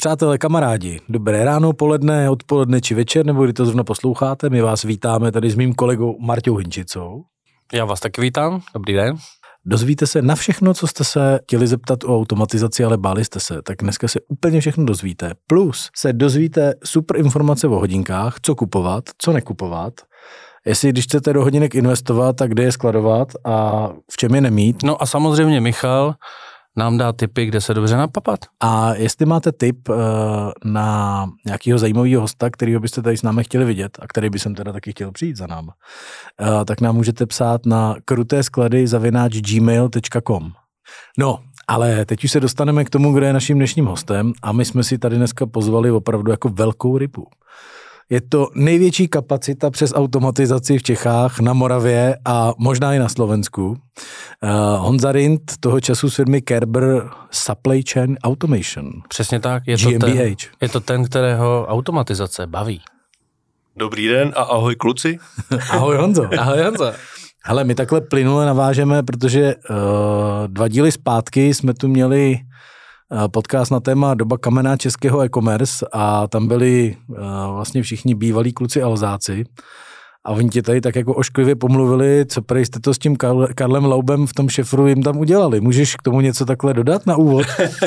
Přátelé, kamarádi, dobré ráno, poledne, odpoledne či večer, nebo kdy to zrovna posloucháte, my vás vítáme tady s mým kolegou Marťou Hinčicou. Já vás taky vítám, dobrý den. Dozvíte se na všechno, co jste se chtěli zeptat o automatizaci, ale báli jste se, tak dneska se úplně všechno dozvíte. Plus se dozvíte super informace o hodinkách, co kupovat, co nekupovat, jestli když chcete do hodinek investovat, tak kde je skladovat a v čem je nemít. No a samozřejmě Michal nám dá tipy, kde se dobře napapat. A jestli máte tip na nějakého zajímavého hosta, kterýho byste tady s námi chtěli vidět a který by jsem teda taky chtěl přijít za náma, tak nám můžete psát na krutésklady@gmail.com. No, ale teď už se dostaneme k tomu, kdo je naším dnešním hostem a my jsme si tady dneska pozvali opravdu jako velkou rybu. Je to největší kapacita přes automatizaci v Čechách, na Moravě a možná i na Slovensku. Honza Rindt, toho času z firmy Kerber Supply Chain Automation. Přesně tak, je to ten, kterého automatizace baví. Dobrý den a ahoj kluci. Ahoj Honzo. Ahoj Honzo. Hele, my takhle plynule navážeme, protože 2 díly zpátky jsme tu měli podcast na téma doba kamenná českého e-commerce a tam byli vlastně všichni bývalí kluci Alzáci a oni ti tady tak jako ošklivě pomluvili, co prej jste to s tím Karlem Laubem v tom Šefru jim tam udělali. Můžeš k tomu něco takhle dodat na úvod?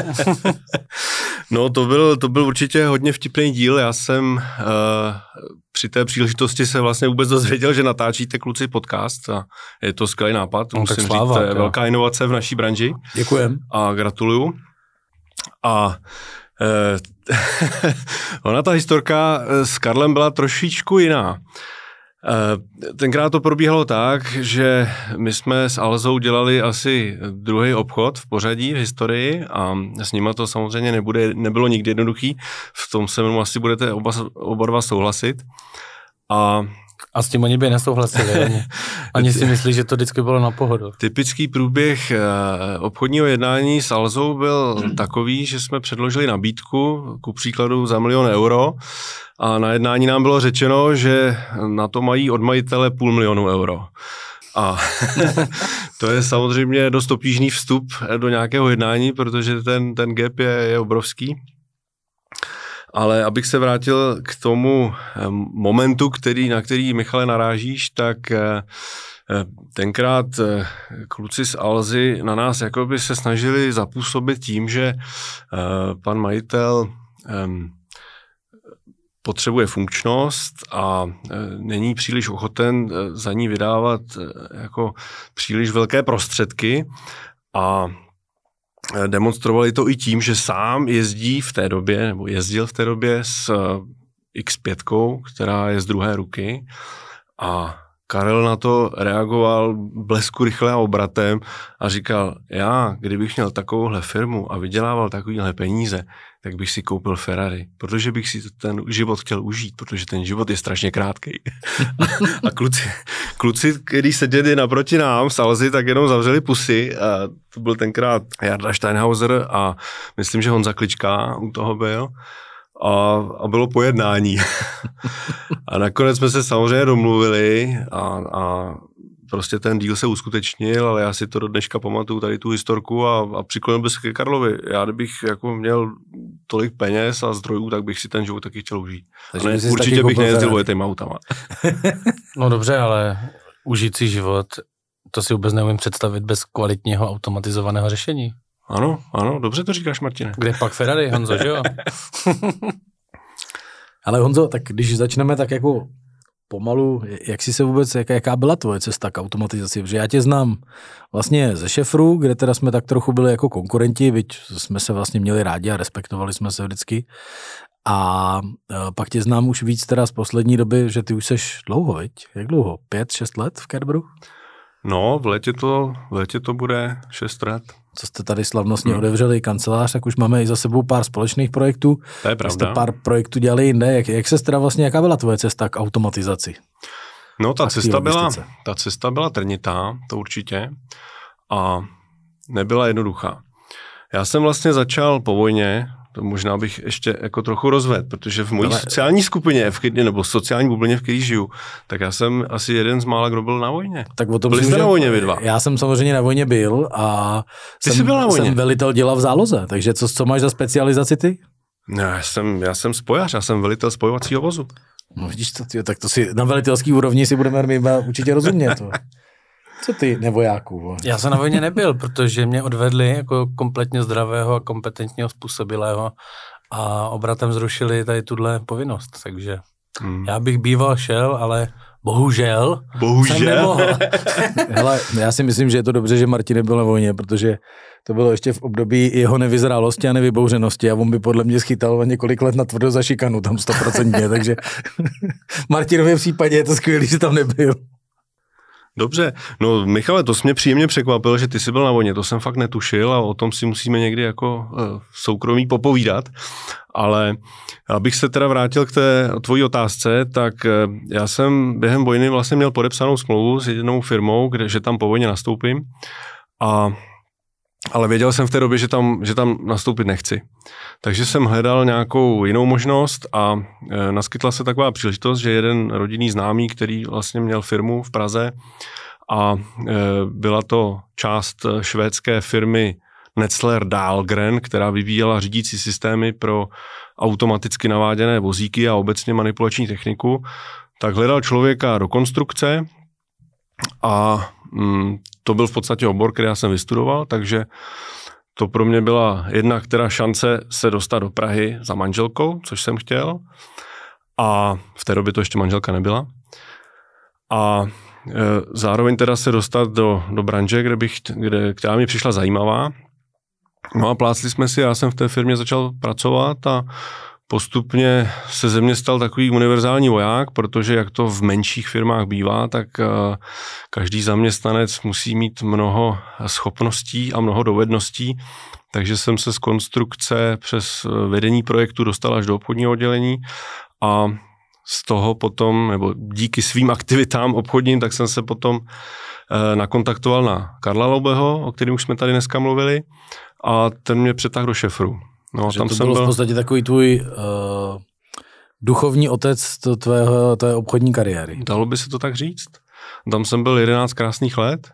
No to byl určitě hodně vtipný díl. Já jsem při té příležitosti se vlastně vůbec dozvěděl, že natáčíte kluci podcast a je to skvělý nápad. Musím říct, to je velká inovace v naší branži. Děkujem. A gratuluju. A ona ta historka s Karlem byla trošičku jiná. Tenkrát to probíhalo tak, že my jsme s Alzou dělali asi druhý obchod v pořadí v historii a s nima to samozřejmě nebylo nikdy jednoduchý. V tom se mnou asi budete oba dva souhlasit. A s tím oni by nesouhlasili. Oni si myslí, že to vždycky bylo na pohodu. Typický průběh obchodního jednání s Alzou byl takový, že jsme předložili nabídku, ku příkladu za 1 000 000 euro, a na jednání nám bylo řečeno, že na to mají od majitele 500 000 euro. A to je samozřejmě dost obtížný vstup do nějakého jednání, protože ten gap je obrovský. Ale abych se vrátil k tomu momentu, na který, Michale, narážíš, tak tenkrát kluci z Alzy na nás jakoby se snažili zapůsobit tím, že pan majitel potřebuje funkčnost a není příliš ochoten za ní vydávat jako příliš velké prostředky a demonstrovali to i tím, že sám jezdil v té době s X5, která je z druhé ruky a Karel na to reagoval blesku rychle a obratem a říkal, kdybych měl takovouhle firmu a vydělával takovýhle peníze, tak bych si koupil Ferrari, protože bych si ten život chtěl užít, protože ten život je strašně krátkej. A kluci, když seděli naproti nám z Alzy, tak jenom zavřeli pusy. A to byl tenkrát Jarda Steinhauser a myslím, že Honza Klička u toho byl. A bylo pojednání. A nakonec jsme se samozřejmě domluvili a prostě ten díl se uskutečnil, ale já si to do dneška pamatuju, tady tu historku a přiklonil bych se ke Karlovi. Já kdybych jako měl tolik peněz a zdrojů, tak bych si ten život taky chtěl užít. Určitě bych nejezdil vojetýma autama. No dobře, ale užít si život, to si vůbec neumím představit bez kvalitního automatizovaného řešení. Ano, dobře to říkáš, Martine. Kde pak Ferrari, Honzo, že jo? Ale Honzo, tak když začneme tak jako pomalu, jak si se vůbec, jaká byla tvoje cesta k automatizaci? Protože já tě znám vlastně ze Šefru, kde teda jsme tak trochu byli jako konkurenti, byť jsme se vlastně měli rádi a respektovali jsme se vždycky. A pak tě znám už víc teda z poslední doby, že ty už seš dlouho, viď? Jak dlouho? 5-6 let v Kerberu? No, v létě to bude 6 let. Co jste tady slavnostně otevřeli kancelář, tak už máme i za sebou pár společných projektů. To je pravda. Jste pár projektů dělali jinde. Jak se teda vlastně, jaká byla tvoje cesta k automatizaci? No, ta cesta byla trnitá, to určitě. A nebyla jednoduchá. Já jsem vlastně začal po vojně, to možná bych ještě jako trochu rozvedl, protože v mojí sociální skupině, nebo sociální bublině, v které žiju, tak já jsem asi jeden z mála, kdo byl na vojně. Tak o tom byli jste na vojně vy dva? Já jsem samozřejmě na vojně byl a jsem velitel děla v záloze, takže co máš za specializaci ty? No, já jsem spojař, já jsem velitel spojovacího vozu. No vidíš to, tyjo, tak to si na velitelský úrovni si budeme určitě rozumět. To. Co ty, nevojáků? Já jsem na vojně nebyl, protože mě odvedli jako kompletně zdravého a kompetentního způsobilého a obratem zrušili tady tuhle povinnost, takže já bych býval šel, ale bohužel jsem nemohl. Hele, já si myslím, že je to dobře, že Martin nebyl na vojně, protože to bylo ještě v období jeho nevyzrálosti a nevybouřenosti a on by podle mě schytal několik let na tvrdo za šikanu, tam 100%, takže Martinově případě je to skvělý, že tam nebyl. Dobře, no Michale, to jsi mě příjemně překvapil, že ty jsi byl na vojně, to jsem fakt netušil a o tom si musíme někdy jako v soukromí popovídat, ale abych se teda vrátil k té tvojí otázce, tak já jsem během vojny vlastně měl podepsanou smlouvu s jednou firmou, že tam po vojně nastoupím, ale věděl jsem v té době, že tam nastoupit nechci. Takže jsem hledal nějakou jinou možnost a naskytla se taková příležitost, že jeden rodinný známý, který vlastně měl firmu v Praze a byla to část švédské firmy Netzler Dahlgren, která vyvíjela řídící systémy pro automaticky naváděné vozíky a obecně manipulační techniku, tak hledal člověka do konstrukce a to byl v podstatě obor, který já jsem vystudoval, takže to pro mě byla jedna, která šance se dostat do Prahy za manželkou, což jsem chtěl. A v té době to ještě manželka nebyla. A zároveň teda se dostat do branže, která mi přišla zajímavá. No a plácli jsme si, já jsem v té firmě začal pracovat a postupně se ze mě stal takový univerzální voják, protože jak to v menších firmách bývá, tak každý zaměstnanec musí mít mnoho schopností a mnoho dovedností, takže jsem se z konstrukce přes vedení projektu dostal až do obchodního oddělení a z toho potom, nebo díky svým aktivitám obchodním, tak jsem se potom nakontaktoval na Karla Laubeho, o kterém už jsme tady dneska mluvili, a ten mě přetáhl do šefru. No, tam to bylo v podstatě takový tvůj duchovní otec tvé obchodní kariéry. Dalo by se to tak říct. Tam jsem byl 11 krásných let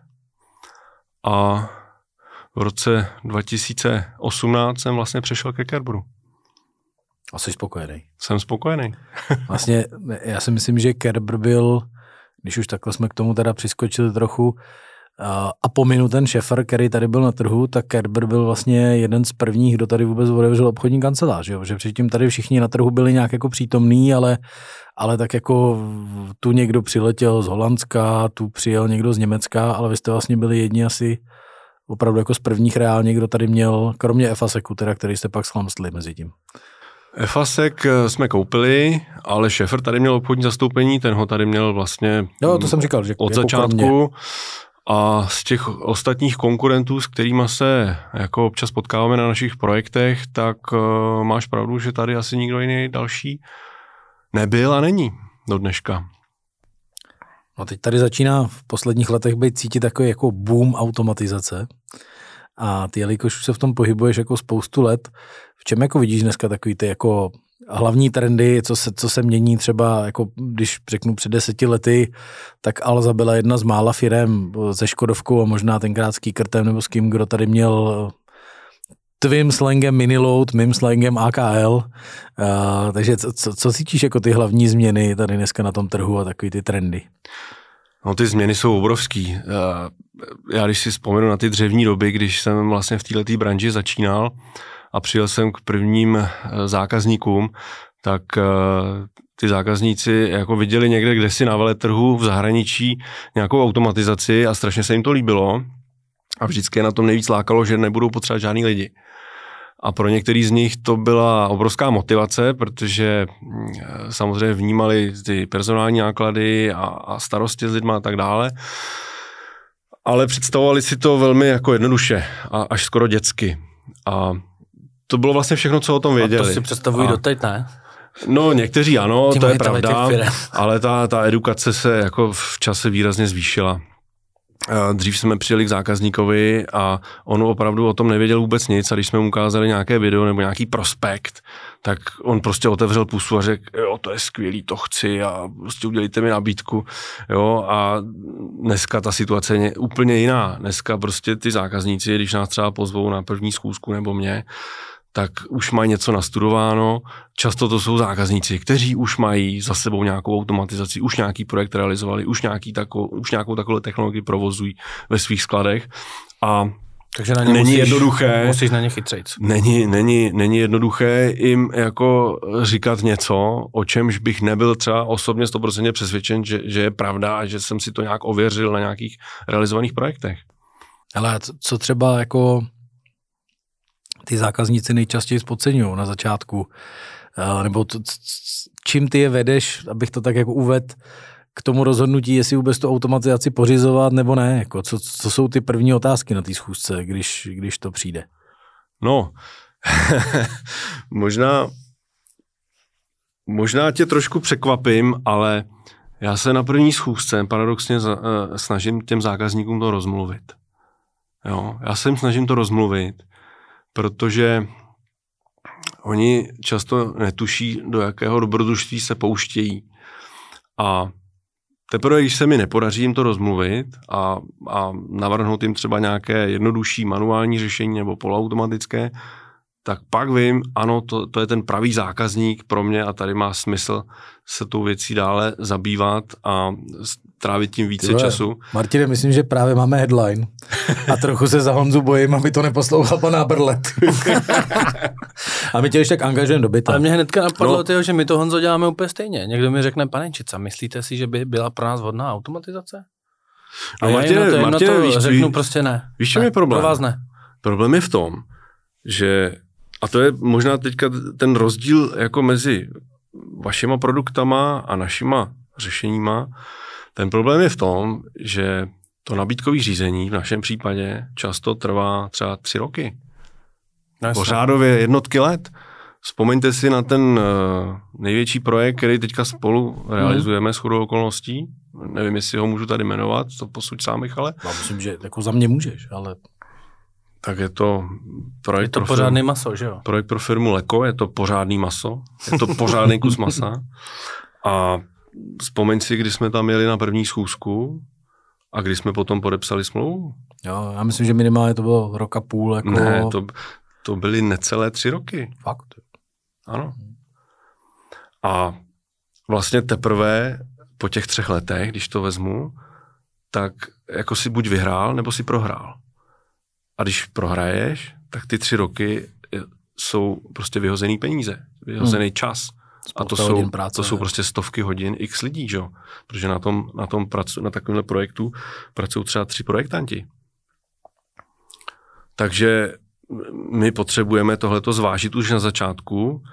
a v roce 2018 jsem vlastně přešel ke Kerberu. A jsi spokojený? Jsem spokojený. Vlastně já si myslím, že Kerber byl, když už takhle jsme k tomu teda přiskočili trochu, a pominu ten Schaeffer, který tady byl na trhu, tak Kerber byl vlastně jeden z prvních, kdo tady vůbec otevřel obchodní kancelář, jo? Že předtím tady všichni na trhu byli nějak jako přítomní, ale tak jako tu někdo přiletěl z Holandska, tu přijel někdo z Německa, ale vy jste vlastně byli jedni asi opravdu jako z prvních reálně, kdo tady měl, kromě Efaseku, teda, který jste pak schlamstli mezi tím. Efasek jsme koupili, ale Schaeffer tady měl obchodní zastoupení, ten ho tady měl vlastně to jsem říkal, že od jako začátku. A z těch ostatních konkurentů, s kterými se jako občas potkáváme na našich projektech, tak máš pravdu, že tady asi nikdo jiný další nebyl a není do dneška. No teď tady začíná v posledních letech být cítit takový jako boom automatizace. A ty, jelikož už se v tom pohybuješ jako spoustu let, v čem jako vidíš dneska takový ty jako hlavní trendy, co se mění třeba, jako když řeknu před 10 lety, tak Alza byla jedna z mála firem se Škodovkou a možná tenkrát s Kýkrtem nebo s kým, kdo tady měl tvým slangem Miniload, mým slangem AKL. Takže co cítíš jako ty hlavní změny tady dneska na tom trhu a takový ty trendy? No ty změny jsou obrovský. Já když si vzpomenu na ty dřevní doby, když jsem vlastně v této branži začínal, a přijel jsem k prvním zákazníkům, tak ty zákazníci jako viděli někde kdesi na veletrhu v zahraničí nějakou automatizaci a strašně se jim to líbilo a vždycky je na tom nejvíc lákalo, že nebudou potřebovat žádný lidi. A pro některý z nich to byla obrovská motivace, protože samozřejmě vnímali ty personální náklady a starosti s lidma a tak dále, ale představovali si to velmi jako jednoduše a až skoro dětsky. A to bylo vlastně všechno, co o tom věděli. A to si představují doteď, ne? No někteří ano, to je pravda, ale ta edukace se jako v čase výrazně zvýšila. Dřív jsme přijeli k zákazníkovi a on opravdu o tom nevěděl vůbec nic a když jsme mu ukázali nějaké video nebo nějaký prospekt, tak on prostě otevřel pusu a řekl, jo, to je skvělý, to chci a prostě udělejte mi nabídku, jo, a dneska ta situace je úplně jiná. Dneska prostě ty zákazníci, když nás třeba pozvou na první schůzku nebo mě, tak už mají něco nastudováno. Často to jsou zákazníci, kteří už mají za sebou nějakou automatizaci, už nějaký projekt realizovali, už nějakou takovou technologii provozují ve svých skladech. A takže na ně není jednoduché. Musíš na ně chytřejc. Není jednoduché jim jako říkat něco, o čemž bych nebyl třeba osobně 100% přesvědčen, že je pravda a že jsem si to nějak ověřil na nějakých realizovaných projektech. Ale co třeba jako ty zákazníci nejčastěji podceňují na začátku, nebo čím ty je vedeš, abych to tak jako uvedl, k tomu rozhodnutí, jestli vůbec tu automatizaci pořizovat nebo ne, jako co jsou ty první otázky na té schůzce, když to přijde? No, možná tě trošku překvapím, ale já se na první schůzce paradoxně snažím těm zákazníkům to rozmluvit. Jo, já se jim snažím to rozmluvit, protože oni často netuší, do jakého dobrodružství se pouštějí. A teprve, když se mi nepodaří jim to rozmluvit a navrhnout jim třeba nějaké jednodušší manuální řešení nebo poloautomatické, tak pak vím, ano, to je ten pravý zákazník pro mě a tady má smysl se tou věcí dále zabývat a trávit tím více času. Martine, myslím, že právě máme headline a trochu se za Honzu bojím, aby to neposlouchal pan Aberlet. A my tě ještě tak angažujeme do byta. Ale mě hnedka napadlo, že my to, Honzo, děláme úplně stejně. Někdo mi řekne, pane Čica, myslíte si, že by byla pro nás vhodná automatizace? A no, Martine, řeknu prostě ne. Víš, čem je problém? Pro vás ne. Problém je v tom, že, a to je možná teďka ten rozdíl jako mezi vašima produktama a našima řešeníma, ten problém je v tom, že to nabídkové řízení v našem případě často trvá třeba 3 roky. Pořádově jednotky let. Vzpomeňte si na ten největší projekt, který teďka spolu realizujeme shodou okolností. Nevím, jestli ho můžu tady jmenovat, to posuď sám, Michale. Já myslím, že jako za mě můžeš, ale... Tak je to projekt je to pořádný maso, že jo? Projekt pro firmu Leko, je to pořádný maso, je to pořádný kus masa. A vzpomeň si, kdy jsme tam jeli na první schůzku a kdy jsme potom podepsali smlouvu. Jo, já myslím, že minimálně to bylo 1,5 roku. Jako... Ne, to byly necelé 3 roky. Fakt? Ano. A vlastně teprve po těch 3 letech, když to vezmu, tak jako si buď vyhrál, nebo si prohrál. A když prohraješ, tak ty 3 roky jsou prostě vyhozený peníze, vyhozený čas. A to jsou prostě stovky hodin x lidí, že? Protože na takovémhle projektu pracují třeba 3 projektanti. Takže my potřebujeme tohleto zvážit už na začátku,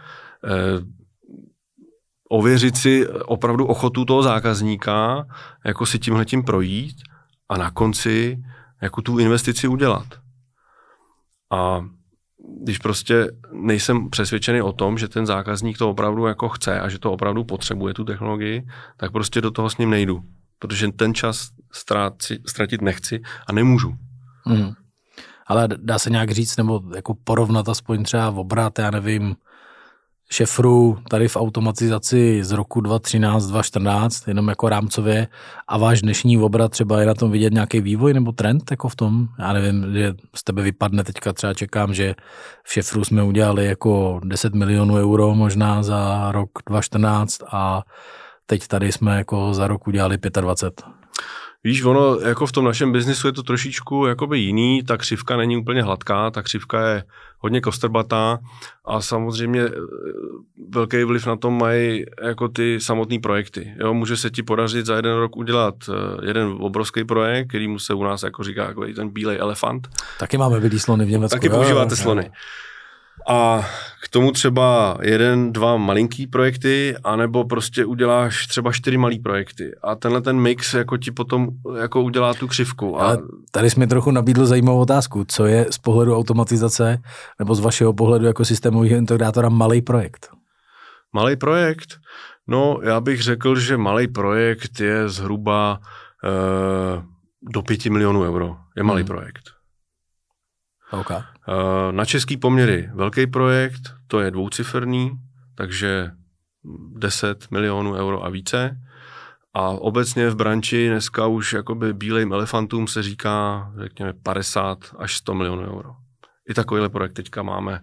ověřit si opravdu ochotu toho zákazníka, jako si tímhletím projít a na konci jako tu investici udělat. A když prostě nejsem přesvědčený o tom, že ten zákazník to opravdu jako chce a že to opravdu potřebuje tu technologii, tak prostě do toho s ním nejdu. Protože ten čas ztratit nechci a nemůžu. Ale dá se nějak říct, nebo jako porovnat aspoň třeba obrat, já nevím, šefru tady v automatizaci z roku 2013, 2014, jenom jako rámcově, a váš dnešní obrat třeba je na tom vidět nějaký vývoj nebo trend jako v tom? Já nevím, že z tebe vypadne teďka, třeba čekám, že v šefru jsme udělali jako 10 milionů euro možná za rok 2014 a teď tady jsme jako za rok udělali 25. Víš, ono jako v tom našem biznisu je to trošičku jakoby jiný, ta křivka není úplně hladká, ta křivka je hodně kostrbatá a samozřejmě velký vliv na tom mají jako ty samotné projekty. Jo, může se ti podařit za 1 rok udělat jeden obrovský projekt, kterýmu se u nás jako říká jako ten bílej elefant. Taky máme bílý slony v Německu. Taky používáte slony. A k tomu třeba 1, 2 malinký projekty, anebo prostě uděláš třeba 4 malý projekty. A tenhle ten mix jako ti potom jako udělá tu křivku. Ale tady jsi mi trochu nabídl zajímavou otázku. Co je z pohledu automatizace, nebo z vašeho pohledu jako systémového integrátora malý projekt? Malý projekt? No, já bych řekl, že malý projekt je zhruba do 5 milionů euro. Je malý projekt. Okay. Na český poměry velký projekt, to je 2ciferný, takže 10 milionů euro a více. A obecně v branži dneska už jakoby bílejm elefantům se říká, řekněme, 50 až 100 milionů euro. I takovýhle projekt teďka máme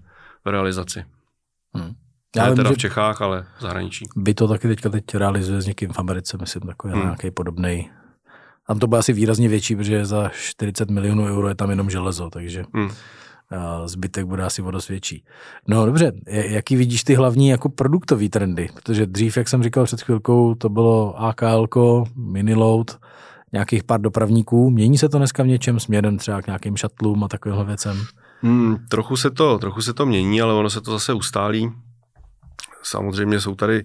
v realizaci. Já ne vím, teda v Čechách, ale v zahraničí. By to taky teď realizuje s někým v Americe, myslím, takový nějaký podobnej. Tam to bude asi výrazně větší, protože za 40 milionů euro je tam jenom železo, takže zbytek bude asi o dost větší. No dobře, jaký vidíš ty hlavní jako produktový trendy? Protože dřív, jak jsem říkal před chvilkou, to bylo AKL, miniload, nějakých pár dopravníků. Mění se to dneska v něčem směrem třeba k nějakým šatlům a takovýmhle věcem? Trochu se to mění, ale ono se to zase ustálí. Samozřejmě jsou tady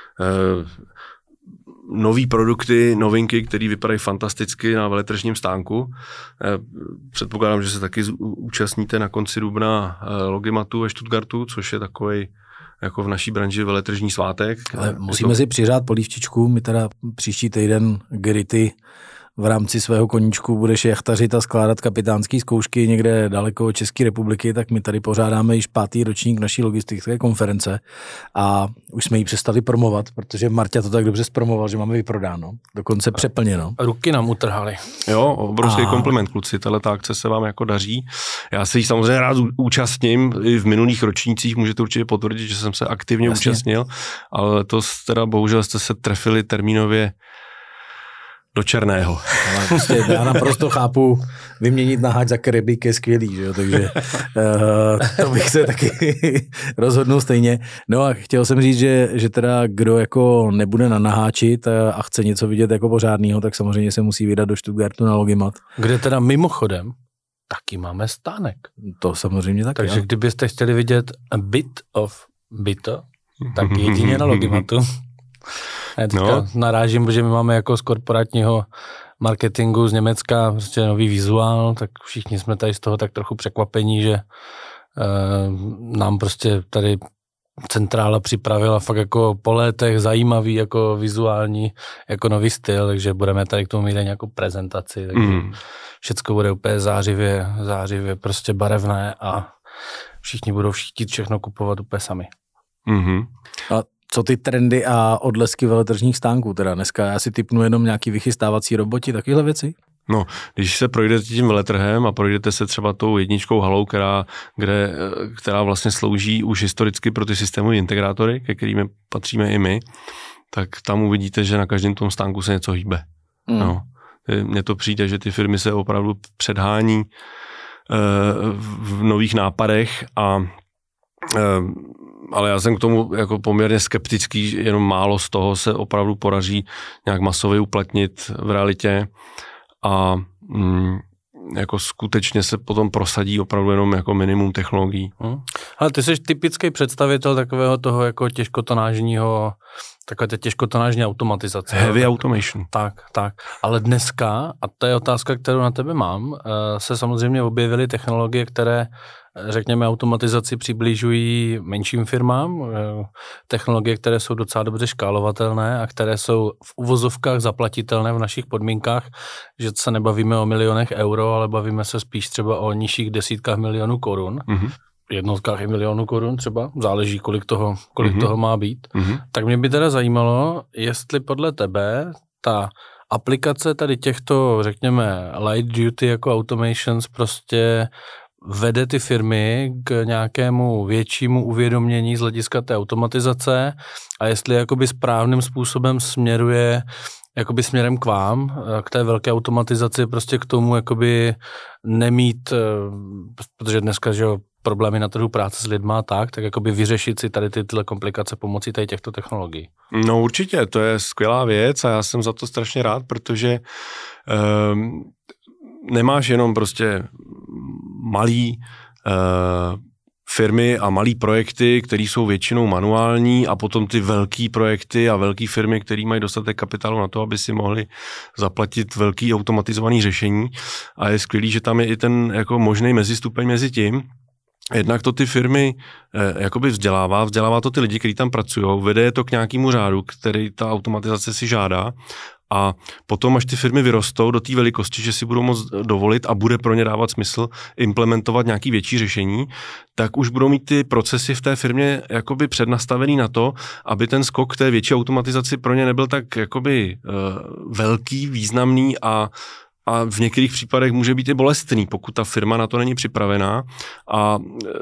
nový produkty, novinky, které vypadají fantasticky na veletržním stánku. Předpokládám, že se taky účastníte na konci dubna Logimatu ve Stuttgartu, což je takovej jako v naší branži veletržní svátek. Ale musíme si přiřát polívčičku, my teda příští týden Gritty v rámci svého koníčku budeš jachtařit a skládat kapitánský zkoušky někde daleko od České republiky, tak my tady pořádáme již 5. ročník naší logistické konference a už jsme ji přestali promovat, protože Marta to tak dobře zpromoval, že máme vyprodáno, dokonce přeplněno. Ruky nám utrhali. Jo, obrovský kompliment, kluci, tato akce se vám jako daří. Já se jí samozřejmě rád účastním, i v minulých ročnících můžete určitě potvrdit, že jsem se aktivně účastnil, ale to teda bohužel jste se trefili termínově do černého. Ale prostě já naprosto chápu, vyměnit naháč za Karibik je skvělý, že jo? Takže to bych se taky rozhodnul stejně. No a chtěl jsem říct, že teda kdo jako nebude naháčit a chce něco vidět jako pořádného, tak samozřejmě se musí vydat do Stuttgartu na Logimat. Kde teda mimochodem taky máme stánek. To samozřejmě taky. Takže kdybyste chtěli vidět a bit of Bito, tak jedině na Logimatu. Já teďka narážím, protože my máme jako z korporátního marketingu z Německa prostě nový vizuál, tak všichni jsme tady z toho tak trochu překvapení, že nám prostě tady centrála připravila fakt jako po létech zajímavý jako vizuální jako nový styl, takže budeme tady k tomu mít nějakou prezentaci, takže všecko bude úplně zářivě prostě barevné a všichni budou chtít všechno kupovat úplně sami. A co ty trendy a odlesky veletržních stánků teda dneska? Já si tipnu jenom nějaký vychystávací roboti, takovéhle věci? No, když se projdete tím veletrhem a projdete se třeba tou jedničkou halou, která vlastně slouží už historicky pro ty systémové integrátory, ke kterým patříme i my, tak tam uvidíte, že na každém tom stánku se něco hýbe. No. Mně to přijde, že ty firmy se opravdu předhání v nových nápadech ale já jsem k tomu jako poměrně skeptický, jenom málo z toho se opravdu podaří nějak masově uplatnit v realitě a jako skutečně se potom prosadí opravdu jenom jako minimum technologií. Ale ty jsi typický představitel takového toho jako těžkotonážního, takové té těžkotonážní automatizace. Heavy automation. Tak. Ale dneska, a to je otázka, kterou na tebe mám, se samozřejmě objevily technologie, které řekněme, automatizaci přibližují menším firmám, technologie, které jsou docela dobře škálovatelné a které jsou v uvozovkách zaplatitelné v našich podmínkách, že se nebavíme o milionech euro, ale bavíme se spíš třeba o nižších desítkách milionů korun, jednotkách i milionů korun třeba, záleží, kolik toho má být. Tak mě by teda zajímalo, jestli podle tebe ta aplikace tady těchto, řekněme, light duty jako automations prostě vede ty firmy k nějakému většímu uvědomění z hlediska té automatizace a jestli jakoby správným způsobem směruje jakoby směrem k vám, k té velké automatizaci, prostě k tomu jakoby nemít, protože dneska, že jo, problémy na trhu práce s lidma tak jakoby vyřešit si tady tyhle komplikace pomocí tady těchto technologií. No určitě, to je skvělá věc a já jsem za to strašně rád, protože nemáš jenom prostě malý firmy a malý projekty, které jsou většinou manuální a potom ty velký projekty a velké firmy, které mají dostatek kapitálu na to, aby si mohli zaplatit velký automatizovaný řešení a je skvělý, že tam je i ten jako možný mezistupeň mezi tím. Jednak to ty firmy jakoby vzdělává to ty lidi, kteří tam pracují, vede je to k nějakému řádu, který ta automatizace si žádá. A potom, až ty firmy vyrostou do té velikosti, že si budou moct dovolit a bude pro ně dávat smysl implementovat nějaký větší řešení, tak už budou mít ty procesy v té firmě jakoby přednastavený na to, aby ten skok k té větší automatizaci pro ně nebyl tak jakoby velký, významný a v některých případech může být i bolestný, pokud ta firma na to není připravená a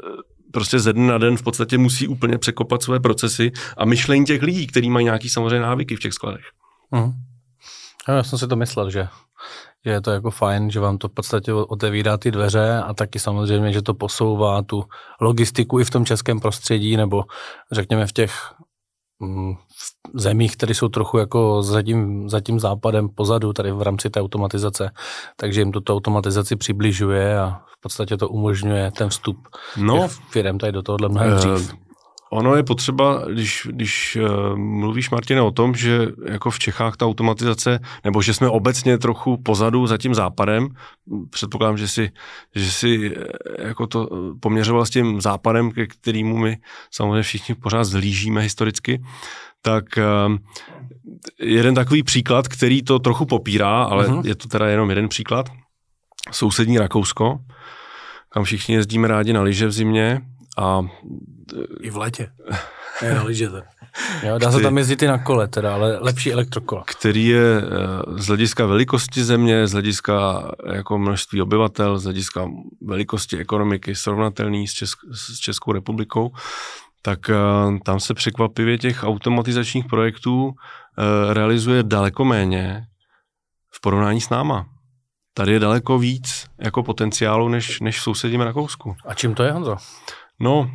prostě ze dne na den v podstatě musí úplně překopat své procesy a myšlení těch lidí, kteří mají nějaký samozřejmě návyky v těch skladech. Já jsem si to myslel, že je to jako fajn, že vám to v podstatě otevírá ty dveře a taky samozřejmě, že to posouvá tu logistiku i v tom českém prostředí, nebo řekněme v těch zemích, které jsou trochu jako za tím západem pozadu, tady v rámci té automatizace, takže jim to automatizaci přibližuje a v podstatě to umožňuje ten vstup těch firem tady do tohohle mnohem dřív. Ono je potřeba, když mluvíš, Martine, o tom, že jako v Čechách ta automatizace, nebo že jsme obecně trochu pozadu za tím západem, předpokládám, že si jako to poměřoval s tím západem, ke kterému my samozřejmě všichni pořád zhlížíme historicky, tak jeden takový příklad, který to trochu popírá, ale je to teda jenom jeden příklad, sousední Rakousko, kam všichni jezdíme rádi na lyže v zimě, a i v létě. Ne, na lyže. Dá se tam jezdit i na kole, teda, ale lepší elektrokola. Který je z hlediska velikosti země, z hlediska jako množství obyvatel, z hlediska velikosti ekonomiky srovnatelný s Českou republikou, tak tam se překvapivě těch automatizačních projektů realizuje daleko méně v porovnání s náma. Tady je daleko víc jako potenciálu, než v sousedním Rakousku. A čím to je, Honzo? No,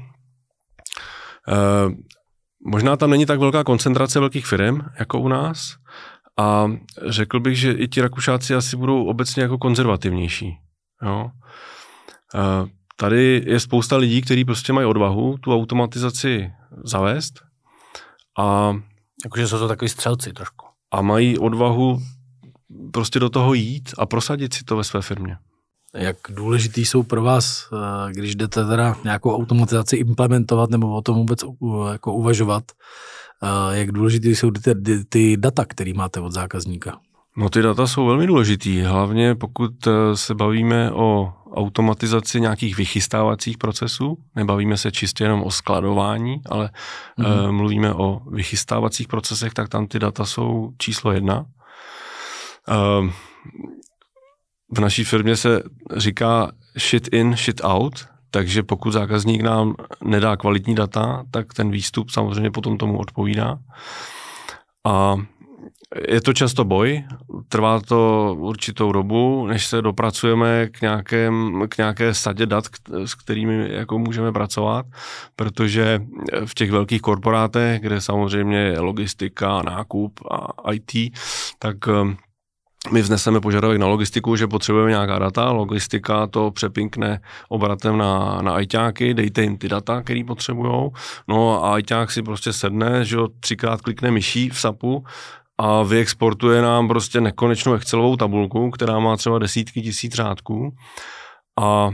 možná tam není tak velká koncentrace velkých firm, jako u nás, a řekl bych, že i ti Rakušáci asi budou obecně jako konzervativnější. Jo? Tady je spousta lidí, kteří prostě mají odvahu tu automatizaci zavést a jakože jsou to takový střelci trošku. A mají odvahu prostě do toho jít a prosadit si to ve své firmě. Jak důležitý jsou pro vás, když jdete teda nějakou automatizaci implementovat nebo o tom vůbec jako uvažovat, jak důležitý jsou ty data, které máte od zákazníka? No ty data jsou velmi důležitý, hlavně pokud se bavíme o automatizaci nějakých vychystávacích procesů, nebavíme se čistě jenom o skladování, ale mluvíme o vychystávacích procesech, tak tam ty data jsou číslo 1. V naší firmě se říká shit in, shit out, takže pokud zákazník nám nedá kvalitní data, tak ten výstup samozřejmě potom tomu odpovídá. A je to často boj, trvá to určitou dobu, než se dopracujeme k nějaké sadě dat, s kterými jako můžeme pracovat, protože v těch velkých korporátech, kde samozřejmě je logistika, nákup a IT, tak my vzneseme požadavek na logistiku, že potřebujeme nějaká data, logistika to přepinkne obratem na ajťáky, dejte jim ty data, který potřebujou, no a ajťák si prostě sedne, že jo, 3krát klikne myší v SAPu a vyexportuje nám prostě nekonečnou Excelovou tabulku, která má třeba desítky tisíc řádků a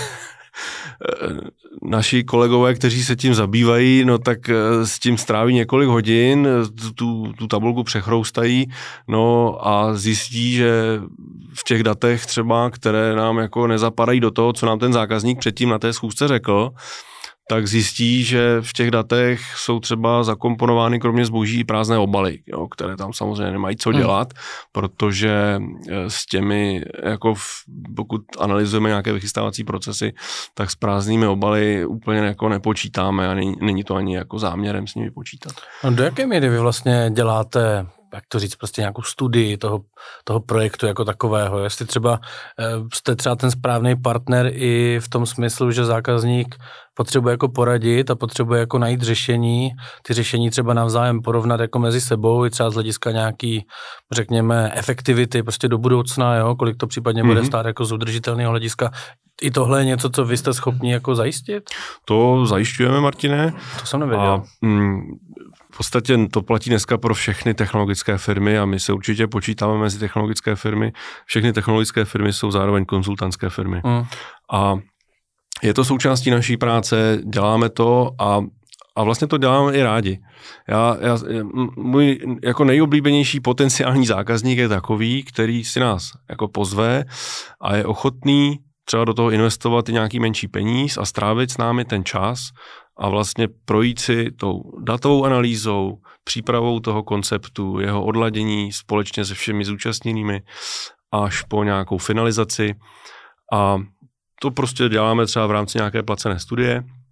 naši kolegové, kteří se tím zabývají, no tak s tím stráví několik hodin, tu tabulku přechroustají, no a zjistí, že v těch datech třeba, které nám jako nezapadají do toho, co nám ten zákazník předtím na té schůzce řekl, tak zjistí, že v těch datech jsou třeba zakomponovány kromě zboží i prázdné obaly, jo, které tam samozřejmě nemají co dělat, protože s těmi, jako pokud analyzujeme nějaké vychystávací procesy, tak s prázdnými obaly úplně jako nepočítáme a není to ani jako záměrem s nimi počítat. No do jaké míry vy vlastně děláte, jak to říct, prostě nějakou studii toho projektu jako takového, jestli třeba jste třeba ten správný partner i v tom smyslu, že zákazník potřebuje jako poradit a potřebuje jako najít řešení, ty řešení třeba navzájem porovnat jako mezi sebou i třeba z hlediska nějaký, řekněme, efektivity prostě do budoucna, jo, kolik to případně bude stát jako z udržitelného hlediska. I tohle je něco, co vy jste schopni jako zajistit? To zajišťujeme, Martine. To jsem nevěděl. V podstatě to platí dneska pro všechny technologické firmy a my se určitě počítáme mezi technologické firmy. Všechny technologické firmy jsou zároveň konzultantské firmy. A je to součástí naší práce, děláme to a vlastně to děláme i rádi. Můj jako nejoblíbenější potenciální zákazník je takový, který si nás jako pozve a je ochotný třeba do toho investovat i nějaký menší peníz a strávit s námi ten čas a vlastně projít si tou datovou analýzou, přípravou toho konceptu, jeho odladění společně se všemi zúčastněnými až po nějakou finalizaci. A to prostě děláme třeba v rámci nějaké placené studie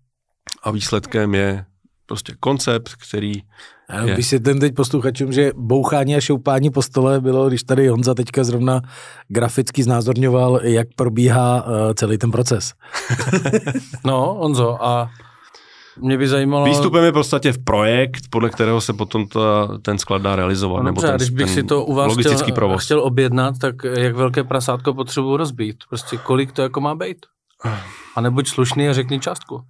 a výsledkem je prostě koncept, který je. Vysvětlím teď posluchačům, že bouchání a šoupání po stole bylo, když tady Honza teďka zrovna graficky znázorňoval, jak probíhá celý ten proces. No, Honzo, a mě by zajímalo... Výstupem je v podstatě v projekt, podle kterého se potom ten sklad dá realizovat. No, dobře, když bych si to u vás chtěl objednat, tak jak velké prasátko potřebuji rozbít? Prostě kolik to jako má být? A nebuď slušný a řekni částku.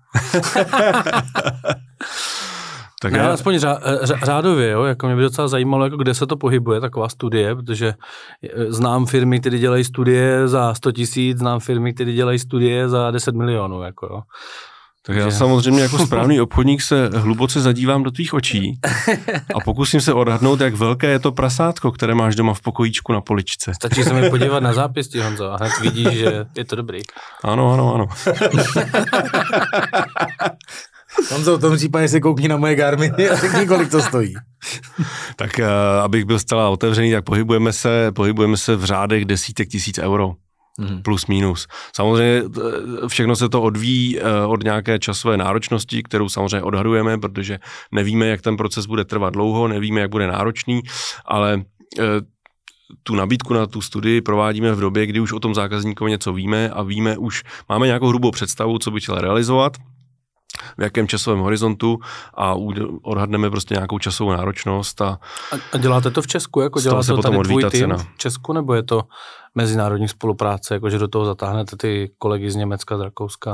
Tak ne, aspoň řádově, jo, jako mě by docela zajímalo, jako kde se to pohybuje, taková studie, protože znám firmy, které dělají studie za 100 000, znám firmy, které dělají studie za 10 milionů, jako jo. Tak já samozřejmě jako správný obchodník se hluboce zadívám do tvých očí a pokusím se odhadnout, jak velké je to prasátko, které máš doma v pokojíčku na poličce. Stačí se mi podívat na zápěstí, Honzo, a hned vidíš, že je to dobrý. Ano. Honzo, v tom případě se koukni na moje Garminy a řekni, kolik to stojí. Tak abych byl zcela otevřený, tak pohybujeme se v řádech desítek tisíc euro. Plus minus. Samozřejmě všechno se to odvíjí od nějaké časové náročnosti, kterou samozřejmě odhadujeme, protože nevíme, jak ten proces bude trvat dlouho, nevíme, jak bude náročný, ale tu nabídku na tu studii provádíme v době, kdy už o tom zákazníkovi něco víme a máme nějakou hrubou představu, co by chtěl realizovat, v jakém časovém horizontu a odhadneme prostě nějakou časovou náročnost. A děláte to v Česku? Jako děláte to tady tvůj tým v Česku, nebo je to mezinárodní spolupráce, jakože do toho zatáhnete ty kolegy z Německa, z Rakouska?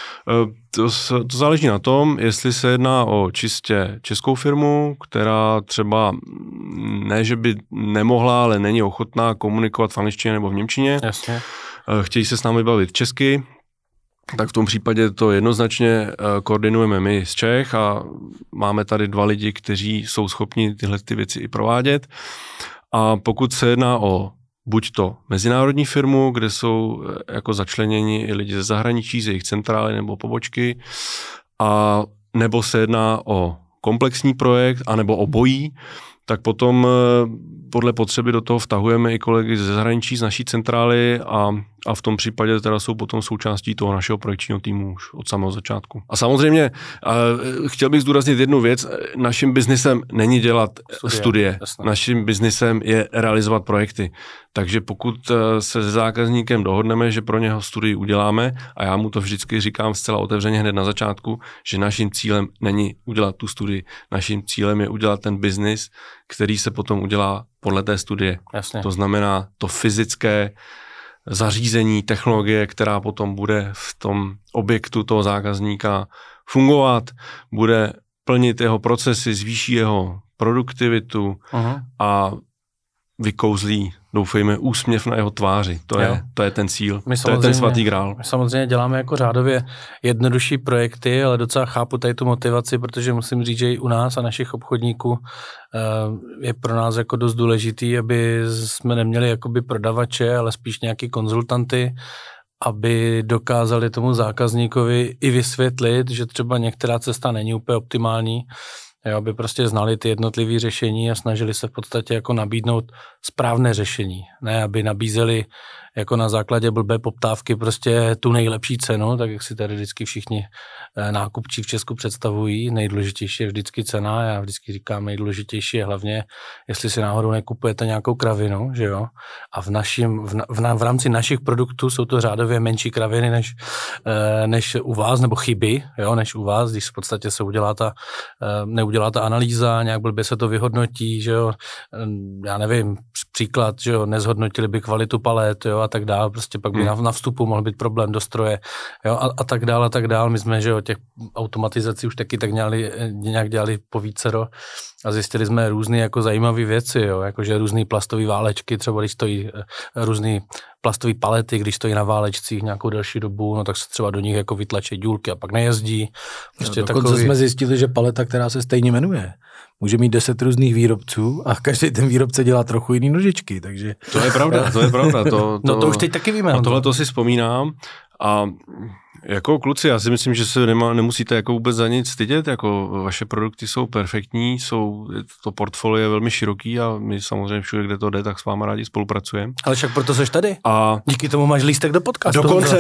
To záleží na tom, jestli se jedná o čistě českou firmu, která třeba ne, že by nemohla, ale není ochotná komunikovat v angličtině nebo v němčině. Jasně. Chtějí se s námi bavit česky, tak v tom případě to jednoznačně koordinujeme my z Čech a máme tady 2 lidi, kteří jsou schopni tyhle ty věci i provádět. A pokud se jedná o buď to mezinárodní firmu, kde jsou jako začleněni i lidi ze zahraničí, z jejich centrály nebo pobočky, a nebo se jedná o komplexní projekt, anebo obojí, tak potom podle potřeby do toho vtahujeme i kolegy ze zahraničí, z naší centrály a v tom případě teda jsou potom součástí toho našeho projekčního týmu už od samého začátku. A samozřejmě chtěl bych zdůraznit jednu věc, naším biznisem není dělat studie. Naším biznisem je realizovat projekty. Takže pokud se s zákazníkem dohodneme, že pro něho studii uděláme, a já mu to vždycky říkám zcela otevřeně hned na začátku, že naším cílem není udělat tu studii, naším cílem je udělat ten biznis, který se potom udělá podle té studie. Jasně. To znamená to fyzické zařízení, technologie, která potom bude v tom objektu toho zákazníka fungovat, bude plnit jeho procesy, zvýší jeho produktivitu a vykouzlí, doufejme, úsměv na jeho tváři. To je ten cíl, to je ten svatý grál. My samozřejmě děláme jako řádově jednodušší projekty, ale docela chápu tady tu motivaci, protože musím říct, že i u nás a našich obchodníků je pro nás jako dost důležitý, aby jsme neměli jakoby prodavače, ale spíš nějaký konzultanty, aby dokázali tomu zákazníkovi i vysvětlit, že třeba některá cesta není úplně optimální, aby prostě znali ty jednotlivé řešení a snažili se v podstatě jako nabídnout správné řešení. Ne, aby nabízeli jako na základě blbé poptávky prostě tu nejlepší cenu, tak jak si tady vždycky všichni nákupčí v Česku představují. Nejdůležitější je vždycky cena, já vždycky říkám, nejdůležitější je hlavně, jestli si náhodou nekupujete nějakou kravinu, že jo. A v rámci našich produktů jsou to řádově menší kraviny než u vás, nebo chyby, jo, než u vás, když v podstatě se neudělá ta analýza, nějak blbě se to vyhodnotí, že jo. Já nevím, příklad, že jo, nezhodnotili by kvalitu palet, jo, a tak dál, prostě pak by na vstupu mohl být problém do stroje, jo, a tak dál. My jsme, že jo, těch automatizací už taky tak nějak dělali po vícero a zjistili jsme různé jako zajímavé věci, jo, jakože různý plastový válečky, třeba když stojí různý plastový palety, když stojí na válečcích nějakou delší dobu, no tak se třeba do nich jako vytlačí důlky a pak nejezdí. Prostě dokonce jsme zjistili, že paleta, která se stejně jmenuje, může mít 10 různých výrobců a každý ten výrobce dělá trochu jiný nožičky, takže... To je pravda. To už teď taky víme. A tohle to si vzpomínám a Jako kluci, já si myslím, že se nemusíte jako vůbec za nic stydět, jako vaše produkty jsou perfektní, to portfolio je velmi široký a my samozřejmě všude, kde to jde, tak s váma rádi spolupracujeme. Ale však proto seš tady. A díky tomu máš lístek do podcastu.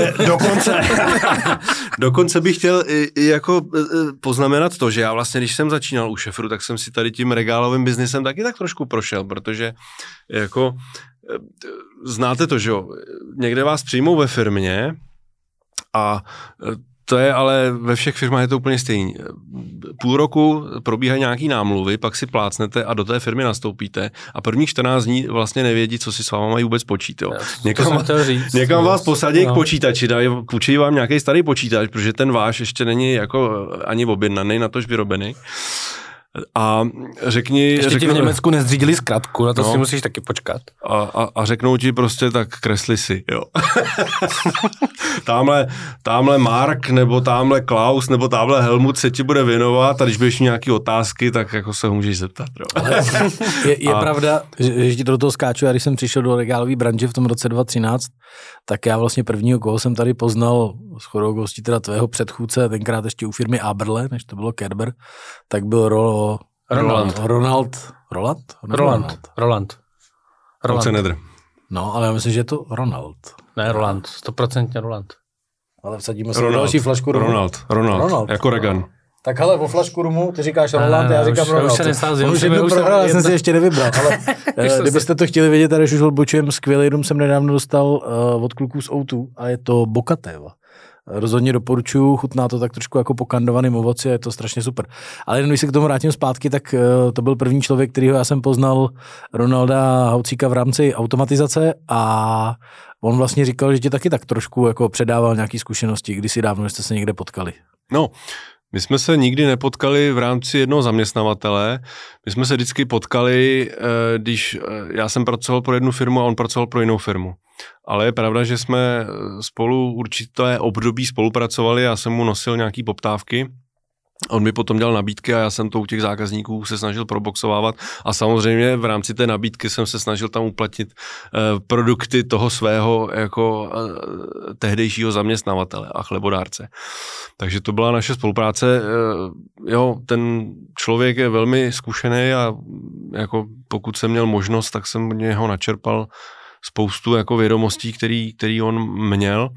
Dokonce bych chtěl jako poznamenat to, že já vlastně, když jsem začínal u Šefru, tak jsem si tady tím regálovým biznisem taky tak trošku prošel, protože jako znáte to, že jo, někde vás přijmou ve firmě a to je ale ve všech firmách je to úplně stejný. Půl roku probíhají nějaký námluvy, pak si plácnete a do té firmy nastoupíte a prvních 14 dní vlastně nevědí, co si s váma mají vůbec počít. Jo. Někam vás posadí k počítači, půjčí vám nějaký starý počítač, protože ten váš ještě není jako ani objednaný, natož vyrobený. A ještě ti v Německu nezřídili zkratku, na to si musíš taky počkat. A řeknou ti prostě tak kresli si, jo. Támhle Mark, nebo támhle Klaus, nebo támhle Helmut se ti bude věnovat a když budeš nějaký otázky, tak jako se ho můžeš zeptat. Jo. Je pravda, že ti do toho skáču, já když jsem přišel do regálové branže v tom roce 2013, tak já vlastně prvního, koho jsem tady poznal, shodou okolností teda tvého předchůdce, tenkrát ještě u firmy Aberle, než to bylo Kerber, tak byl Roland. Nedr. No, ale já myslím, že je to Ronald. Ne, Roland, 100% Roland. Ale vsadíme se další flašku rumu. Ronald, jako Reagan. Tak hele, o flašku rumu, ty říkáš Roland, já říkám Ronald. Už jednou prohrál, já jsem si ještě nevybral, ale kdybyste to chtěli vědět, tady už odbočujem, skvělý rum jsem nedávno dostal od kluků z O2 a je to Bocatéva. Rozhodně doporučuju, chutná to tak trošku jako po kandovaném ovoci a je to strašně super. Ale jen když se k tomu vrátím zpátky, tak to byl první člověk, kterýho já jsem poznal, Ronalda Haucíka v rámci automatizace a on vlastně říkal, že tě taky tak trošku jako předával nějaký zkušenosti, kdysi dávno jste se někde potkali. No, my jsme se nikdy nepotkali v rámci jednoho zaměstnavatele, my jsme se vždycky potkali, když já jsem pracoval pro jednu firmu a on pracoval pro jinou firmu. Ale je pravda, že jsme spolu určité období spolupracovali, já jsem mu nosil nějaký poptávky, on mi potom dělal nabídky a já jsem to u těch zákazníků se snažil proboxovávat a samozřejmě v rámci té nabídky jsem se snažil tam uplatnit produkty toho svého jako tehdejšího zaměstnavatele a chlebodárce. Takže to byla naše spolupráce. Jo, ten člověk je velmi zkušený a jako pokud jsem měl možnost, tak jsem od něho načerpal spoustu jako vědomostí, který on měl.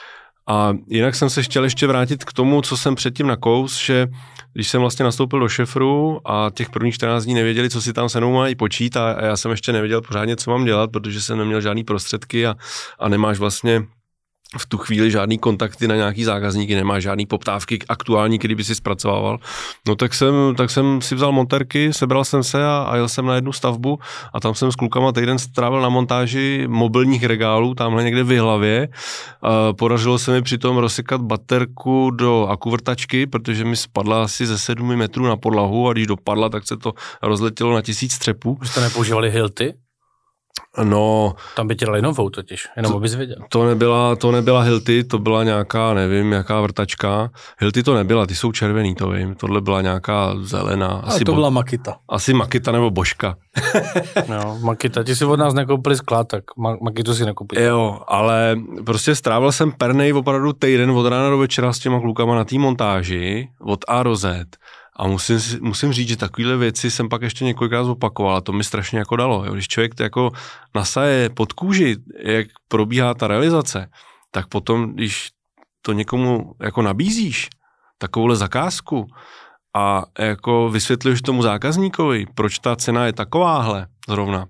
A jinak jsem se chtěl ještě vrátit k tomu, co jsem předtím nakous, že když jsem vlastně nastoupil do Šefru a těch prvních 14 dní nevěděli, co si tam se mnou mají počít a já jsem ještě nevěděl pořádně, co mám dělat, protože jsem neměl žádný prostředky a nemáš vlastně v tu chvíli žádný kontakty na nějaký zákazníky, nemáš žádný poptávky aktuální, který by si zpracovával. No tak jsem si vzal montérky, sebral jsem se a jel jsem na jednu stavbu a tam jsem s klukama týden strávil na montáži mobilních regálů, tamhle někde v Jihlavě. Podařilo se mi přitom rozsekat baterku do akuvrtačky, protože mi spadla asi ze 7 metrů na podlahu a když dopadla, tak se to rozletělo na 1000 střepů. Už jste nepoužívali Hilty? No, tam by ti dali novou totiž, jenom abys věděl. To nebyla Hilty, to byla nějaká, nevím, jaká vrtačka. Hilty to nebyla, ty jsou červený, to vím. Tohle byla nějaká zelená. Ale to byla Makita. Asi Makita nebo Božka. No, Makita, ti si od nás nekoupili sklad, tak Makitu si nekoupili. Jo, ale prostě strávil jsem pernej opravdu týden od rána do večera s těma klukama na té montáži od A do Z. A musím říct, že takovéhle věci jsem pak ještě několikrát opakoval a to mi strašně jako dalo. Jo. Když člověk to jako nasaje pod kůži, jak probíhá ta realizace, tak potom, když to někomu jako nabízíš, takovouhle zakázku a jako vysvětluješ tomu zákazníkovi, proč ta cena je takováhle zrovna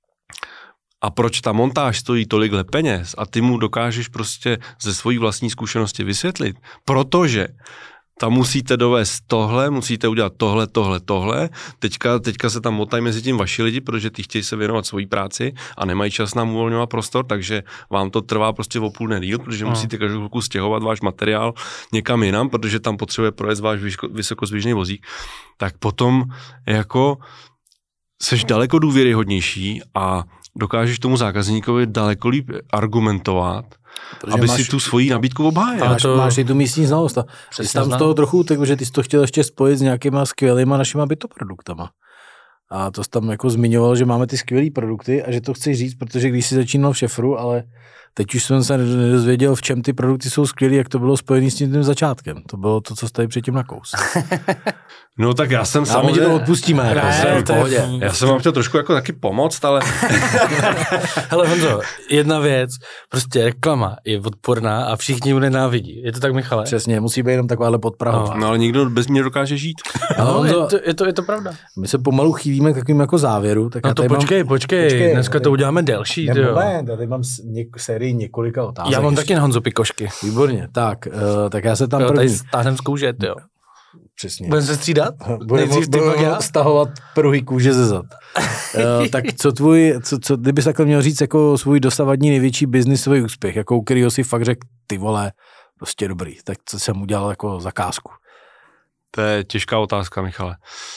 a proč ta montáž stojí tolikhle peněz a ty mu dokážeš prostě ze svojí vlastní zkušenosti vysvětlit, protože tam musíte dovést tohle, musíte udělat tohle. Teďka se tam motají mezi tím vaši lidi, protože ty chtějí se věnovat svojí práci a nemají čas nám uvolňovat prostor, takže vám to trvá prostě o půl nedíl, protože musíte každou chvilku stěhovat váš materiál někam jinam, protože tam potřebuje projet váš vysokozvěžný vozík. Tak potom jako seš daleko důvěryhodnější a dokážeš tomu zákazníkovi daleko líp argumentovat, protože aby si tu svoji nabídku obhájil. Máš i tu místní znalost. Jsi tam z toho trochu, takže ty jsi to chtěl ještě spojit s nějakýma skvělýma našima bytoproduktama. A to jsi tam jako zmiňoval, že máme ty skvělý produkty a že to chceš říct, protože když jsi začínal v Šefru, ale teď už jsem se nedozvěděl, v čem ty produkty jsou skvělý, jak to bylo spojené s tím začátkem. To bylo to, co jsi tady předtím nakous. No tak já jsem samozřejmě... My ti to odpustíme. Já jsem vám chtěl trošku jako taky pomoct, ale... Hele Honzo, jedna věc, prostě reklama je odporná a všichni ji nenávidí. Je to tak, Michale? Přesně, musí být jenom takováhle podprahová. No ale nikdo bez mě dokáže žít. No, Honzo, je to pravda. My se pomalu chýlíme k takovým jako závěru. Tak no to počkej, dneska to uděláme delší. Já tady mám sérii několika otázek. Já mám taky na Honzo pikošky. Výborně, tak já se tam první... Tady stáhnem z kůže, jo. Přesně. Budeme se střídat? Budeme stahovat pruhy kůže ze zad. Tak co kdybys takhle měl říct jako svůj dosavadní největší biznisový úspěch, jako u kterýho si fakt řekl, ty vole, prostě dobrý, tak co jsem udělal jako zakázku? To je těžká otázka, Michale.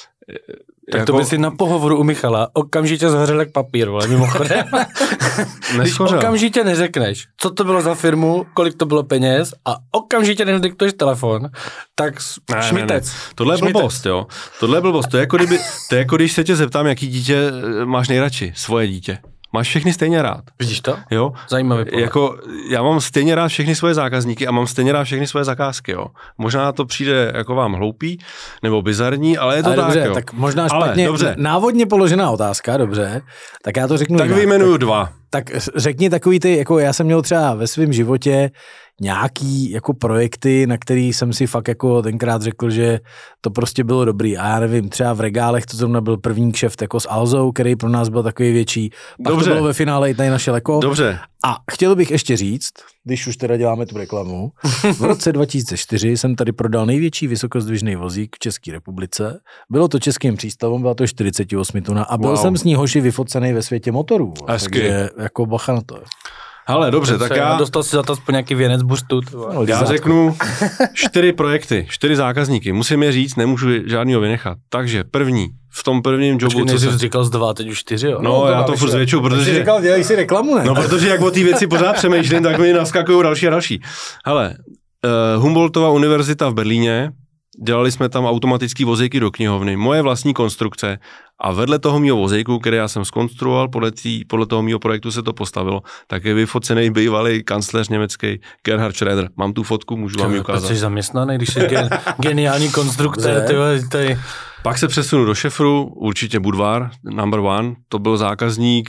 Tak jako... to by si na pohovoru u Michala okamžitě zhořel jak papír, vole, mimochodem. Když okamžitě neřekneš, co to bylo za firmu, kolik to bylo peněz a okamžitě nediktuješ telefon, tak šmitec. Ne. Tohle je blbost, jo. Tohle je blbost. To je jako když se tě zeptám, jaký dítě máš nejradši, svoje dítě. Máš všechny stejně rád. Vidíš to? Jo. Zajímavý pohled. Jako, já mám stejně rád všechny svoje zákazníky a mám stejně rád všechny svoje zakázky, jo. Možná to přijde jako vám hloupý nebo bizarní, ale je to tak, dobře, jo. Tak možná špatně, návodně položená otázka, dobře. Tak já to řeknu. Tak vyjmenuju dva. Tak řekni takový ty, jako já jsem měl třeba ve svém životě nějaký jako projekty, na který jsem si fakt jako tenkrát řekl, že to prostě bylo dobrý. A já nevím, třeba v regálech to zrovna byl první kšeft jako s Alzou, který pro nás byl takový větší. Pak to bylo ve finále i tady naše Leko. Dobře. A chtěl bych ještě říct, když už teda děláme tu reklamu, v roce 2004 jsem tady prodal největší vysokozdvižný vozík v České republice. Bylo to českým přístavem, byla to 48 tuna a byl jsem s ní hoši vyfocený ve světě motorů. Takže jako bacha na to. Hele, dobře, tak já... Dostal si za to aspoň nějaký věnec buřtu. Já řeknu 4 projekty, 4 zákazníky. Musím je říct, nemůžu žádnýho vynechat. Takže v tom prvním jobu... Počkej, než jsi říkal z 2, teď už 4, jo? No, já to furt zvětšuju, protože... Jsi říkal, dělej si reklamu, ne? No, protože jak o té věci pořád přemýšlím, tak mi naskakují další a další. Hele, Humboldtova univerzita v Berlíně, dělali jsme tam automatický vozejky do knihovny, moje vlastní konstrukce a vedle toho mýho vozejku, který já jsem zkonstruoval, podle toho mýho projektu se to postavilo, tak je vyfocený bývalý kancléř německý Gerhard Schröder. Mám tu fotku, můžu vám ji ukázat. Jsi zaměstnaný, když jsi geniální konstrukce. Ty. Pak se přesunu do Šefru, určitě Budvar, number one, to byl zákazník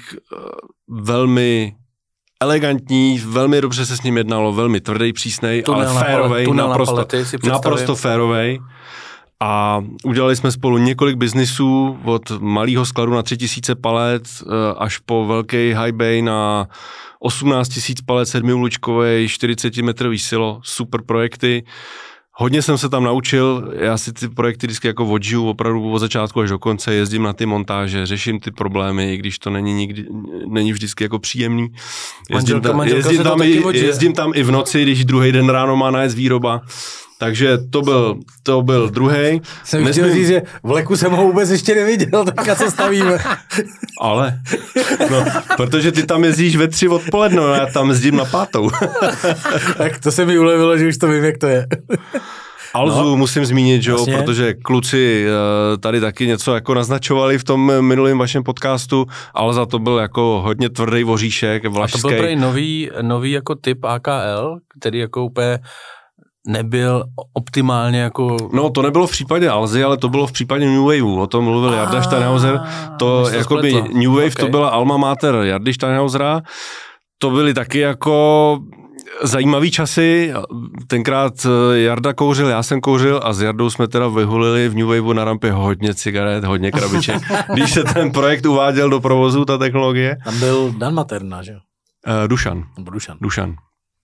velmi elegantní, velmi dobře se s ním jednalo, velmi tvrdý, přísnej, ale férovej, naprosto férovej. A udělali jsme spolu několik biznisů, od malého skladu na 3000 palet až po velký high bay na 18 000 palet, 7úlučkovej, 40-metrový silo, super projekty. Hodně jsem se tam naučil, já si ty projekty vždycky jako odžiju opravdu od začátku až do konce, jezdím na ty montáže, řeším ty problémy, i když to není vždycky jako příjemný. Jezdím tam i v noci, když druhý den ráno má najet výroba. Takže to byl druhej. Jsem chtěl říct, že v Leku jsem ho vůbec ještě neviděl, tak a co stavíme. Ale, no, protože ty tam jezdíš ve 3 odpoledne, já tam jezdím na 5. Tak to se mi ulevilo, že už to vím, jak to je. Alzu musím zmínit, že jo, protože kluci tady taky něco jako naznačovali v tom minulém vašem podcastu. Alza to byl jako hodně tvrdý voříšek, vlašský. A to byl prý nový jako typ AKL, který jako úplně nebyl optimálně jako... No, to nebylo v případě Alzy, ale to bylo v případě New Waveu. O tom mluvil Jarda Steinhauser. To jakoby New Wave, to byla alma mater Jardy Steinhausera. To byly taky jako zajímavý časy. Tenkrát Jarda kouřil, já jsem kouřil a s Jardou jsme teda vyhulili v New Waveu na rampě hodně cigaret, hodně krabiček. Když se ten projekt uváděl do provozu, ta technologie. Tam byl Dan Materna, že jo? Dušan.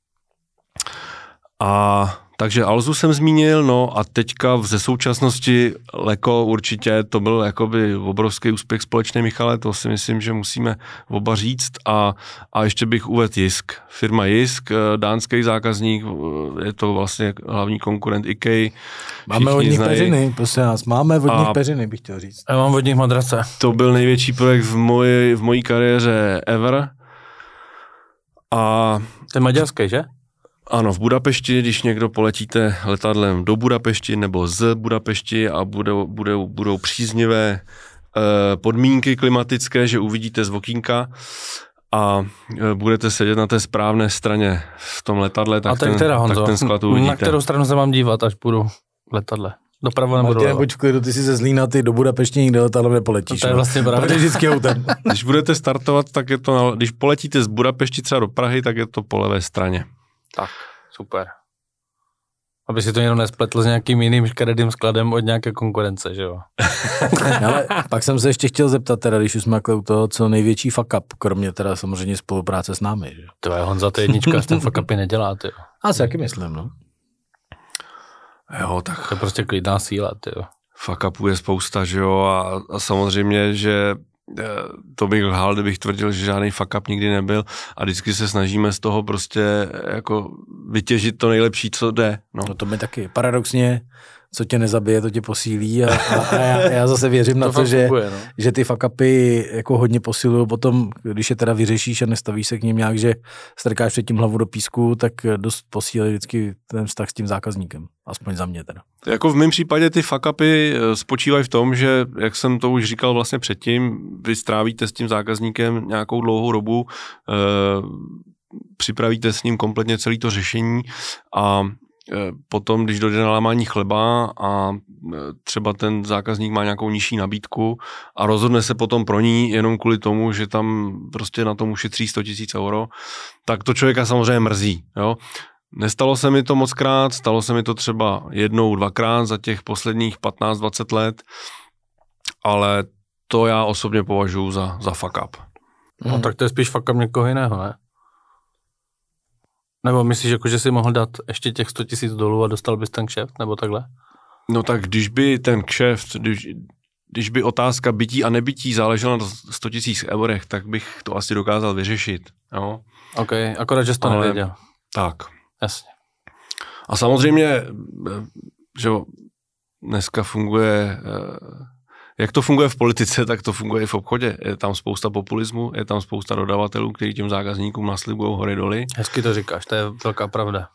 A takže Alzu jsem zmínil, no a teďka ze současnosti Leko určitě, to byl jakoby obrovský úspěch společný, Michale, to si myslím, že musíme oba říct a ještě bych uvedl Jisk. Firma Jisk, dánský zákazník, je to vlastně hlavní konkurent IKEA. Máme od nich peřiny, prosím nás, máme od nich peřiny, bych chtěl říct. Já mám od nich madrace. To byl největší projekt v mojí kariéře ever. A to je maďarský, že? Ano, v Budapešti, když někdo poletíte letadlem do Budapešti nebo z Budapešti a budou příznivé podmínky klimatické, že uvidíte z okýnka a budete sedět na té správné straně v tom letadle, tak, ten sklad uvidíte. Na kterou stranu se mám dívat, až půjdu v letadle? Doprava nebo doleva? Martin, buď v klidu, ty si ze Zlína, ty do Budapešti nikde letadlem nepoletíš. To je vlastně pravda. Vždycky autem. Když budete startovat, tak je to, když poletíte z Budapešti třeba do Prahy, tak je to po levé straně. Tak, super. Aby si to někdo nespletl s nějakým jiným škaredým skladem od nějaké konkurence, že jo? Ale pak jsem se ještě chtěl zeptat, teda, když už jsme u toho, co největší fuck up, kromě teda samozřejmě spolupráce s námi, že? To je Honza, to je jednička, ten fuck upy nedělá, ty jo. A si jaký myslím, no. Jo, tak... To je prostě klidná síla, ty jo. Fuck upů je spousta, že jo, a samozřejmě, že to bych lhal, kdybych tvrdil, že žádný fuck up nikdy nebyl a vždycky se snažíme z toho prostě jako vytěžit to nejlepší, co jde. No to mi taky. Paradoxně, co tě nezabije, to tě posílí a já zase věřím na to, že ty fuck upy jako hodně posilují potom, když je teda vyřešíš a nestavíš se k ním nějak, že strkáš před tím hlavu do písku, tak dost posílí vždycky ten vztah s tím zákazníkem. Aspoň za mě teda. Jako v mém případě ty fuck upy spočívají v tom, že, jak jsem to už říkal vlastně předtím, vy strávíte s tím zákazníkem nějakou dlouhou dobu, připravíte s ním kompletně celé to řešení a potom, když dojde na lámání chleba a třeba ten zákazník má nějakou nižší nabídku a rozhodne se potom pro ní jenom kvůli tomu, že tam prostě na tom ušetří 100 000 euro, tak to člověka samozřejmě mrzí. Jo? Nestalo se mi to mockrát, stalo se mi to třeba 1-2krát za těch posledních 15-20 let, ale to já osobně považuji za fuck up. No tak to je spíš fuck up někoho jiného, ne? Nebo myslíš, jako, že jsi mohl dát ještě těch 100 000 dolů a dostal bys ten kšeft, nebo takhle? No tak když by ten kšeft, když by otázka bytí a nebytí záležela na 100 000 eurech, tak bych to asi dokázal vyřešit. Jo? OK, akorát, že jsi to nevěděl. Tak. Jasně. A samozřejmě, že dneska funguje, jak to funguje v politice, tak to funguje i v obchodě. Je tam spousta populismu, je tam spousta dodavatelů, kteří těm zákazníkům naslibují hory doly. Hezky to říkáš, to je velká pravda.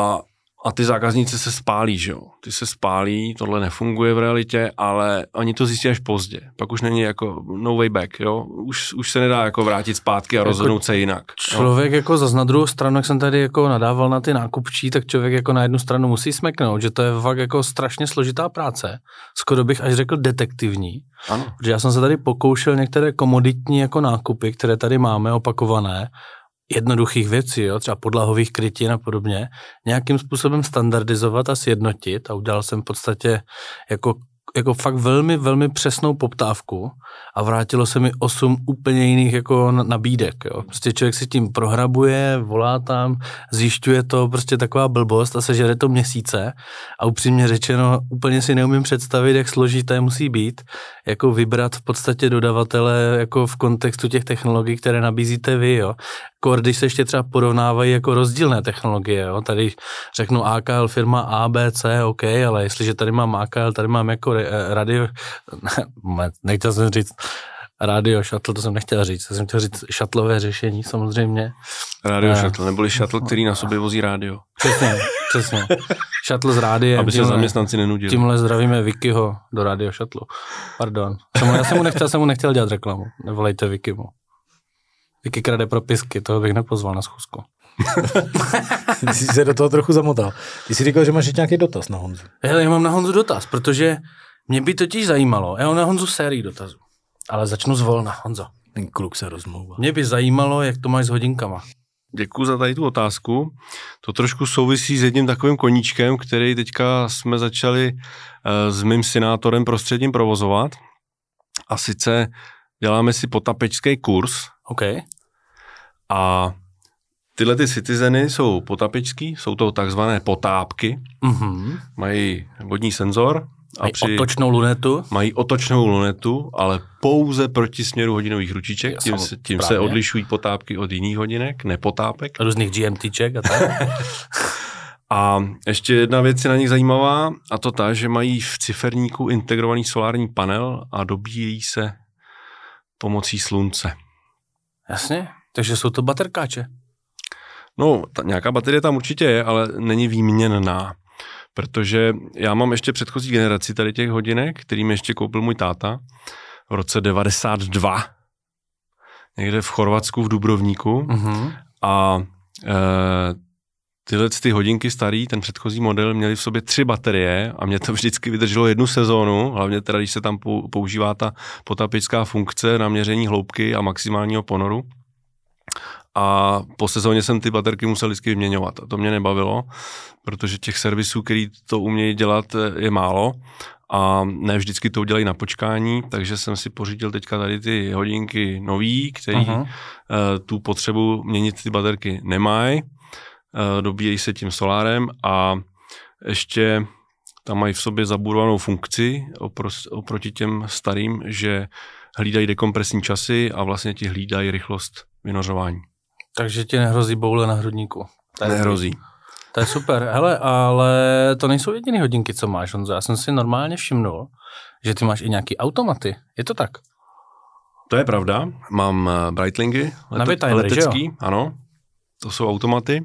A ty zákazníci se spálí, že jo. Ty se spálí, tohle nefunguje v realitě, ale oni to zjistí až pozdě. Pak už není jako no way back, jo. Už se nedá jako vrátit zpátky a rozhodnout se jinak. Člověk jako zas na druhou stranu, jak jsem tady jako nadával na ty nákupčí, tak člověk jako na jednu stranu musí smeknout, že to je fakt jako strašně složitá práce. Skoro bych až řekl detektivní. Ano. Protože já jsem se tady pokoušel některé komoditní jako nákupy, které tady máme opakované, jednoduchých věcí, jo, třeba podlahových krytin a podobně, nějakým způsobem standardizovat a sjednotit a udělal jsem v podstatě jako fakt velmi, velmi přesnou poptávku a vrátilo se mi 8 úplně jiných jako nabídek, jo. Prostě člověk si tím prohrabuje, volá tam, zjišťuje to, prostě taková blbost a sežere to měsíce a upřímně řečeno úplně si neumím představit, jak složité musí být, jako vybrat v podstatě dodavatele jako v kontextu těch technologií, které nabízíte vy, jo. Když se ještě třeba porovnávají jako rozdílné technologie, jo. Tady řeknu AKL firma A, B, C, OK, ale jestliže tady mám AKL, tady mám jako radio, nechtěl jsem říct radio shuttle, to jsem nechtěl říct, jsem chtěl říct shuttlové řešení samozřejmě. Radio shuttle, neboli shuttle, který na sobě vozí rádio. Přesně. Shuttle z rádiem. Aby se zaměstnanci nenudili. Tímhle zdravíme Vikiho do radio shuttle. Pardon. Já jsem mu nechtěl dělat reklamu. Nevolejte Vikimu. Vicky krade propisky, toho bych nepozval na schůzku. Ty jsi se do toho trochu zamotal. Ty jsi říkal, že máš nějaký dotaz na Honzu. Já mám na Honzu dotaz, protože mě by totiž zajímalo, já mám na Honzu sérii dotazů, ale začnu zvolna, Honzo. Ten kluk se rozmlouvá. Mě by zajímalo, jak to máš s hodinkama. Děkuju za tady tu otázku. To trošku souvisí s jedním takovým koníčkem, který teďka jsme začali s mým synátorem prostředním provozovat. A sice děláme si potapečský kurz. OK. A tyhle ty Citizeny jsou potapečský, jsou to takzvané potápky. Mm-hmm. Mají vodní senzor. Mají otočnou lunetu, ale pouze proti směru hodinových ručiček. Tím se odlišují potápky od jiných hodinek, nepotápek. Různých GMTček a tak. A ještě jedna věc je na nich zajímavá, a to ta, že mají v ciferníku integrovaný solární panel a dobíjejí se pomocí slunce. Jasně, takže jsou to baterkáče. No, nějaká baterie tam určitě je, ale není výměnná. Protože já mám ještě předchozí generaci tady těch hodinek, který mi ještě koupil můj táta v roce 92. někde v Chorvatsku v Dubrovníku a tyhle ty hodinky starý, ten předchozí model, měly v sobě 3 baterie a mě to vždycky vydrželo 1 sezónu, hlavně teda, když se tam používá ta potapická funkce na měření hloubky a maximálního ponoru. A po sezóně jsem ty baterky musel vždycky vyměňovat. A to mě nebavilo, protože těch servisů, který to umějí dělat, je málo. A ne vždycky to udělají na počkání, takže jsem si pořídil teďka tady ty hodinky nový, který tu potřebu měnit ty baterky nemají. Dobíjejí se tím solárem a ještě tam mají v sobě zabudovanou funkci oproti těm starým, že hlídají dekompresní časy a vlastně ti hlídají rychlost vynořování. Takže ti nehrozí boule na hrudníku. Nehrozí. To je super. Hele, ale to nejsou jediný hodinky, co máš, Honzo. Já jsem si normálně všimnul, že ty máš i nějaký automaty. Je to tak? To je pravda. Mám Breitlingy letecký, ano. To jsou automaty.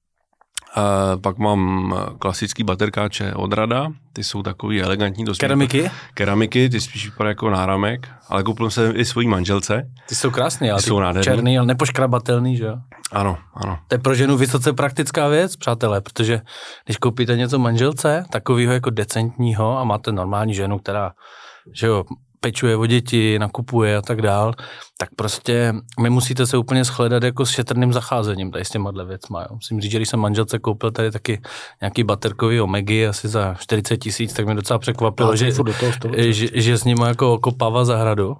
Pak mám klasický baterkáče od Rada, ty jsou takový elegantní. Keramiky, ty spíš vypadají jako náramek, ale koupil jsem i svojí manželce. Ty jsou krásný, ale jsou nádherný. Černý, ale nepoškrabatelný, že jo? Ano. To je pro ženu vysoce praktická věc, přátelé, protože když koupíte něco manželce, takového jako decentního a máte normální ženu, která, že jo, pečuje o děti, nakupuje a tak dál, tak prostě nemusíte se úplně shledat jako s šetrným zacházením tady s těma věcma. Jo. Musím říct, že když jsem manželce koupil tady taky nějaký baterkový Omegy asi za 40 000, tak mě docela překvapilo, že s ním jako okopává zahradu.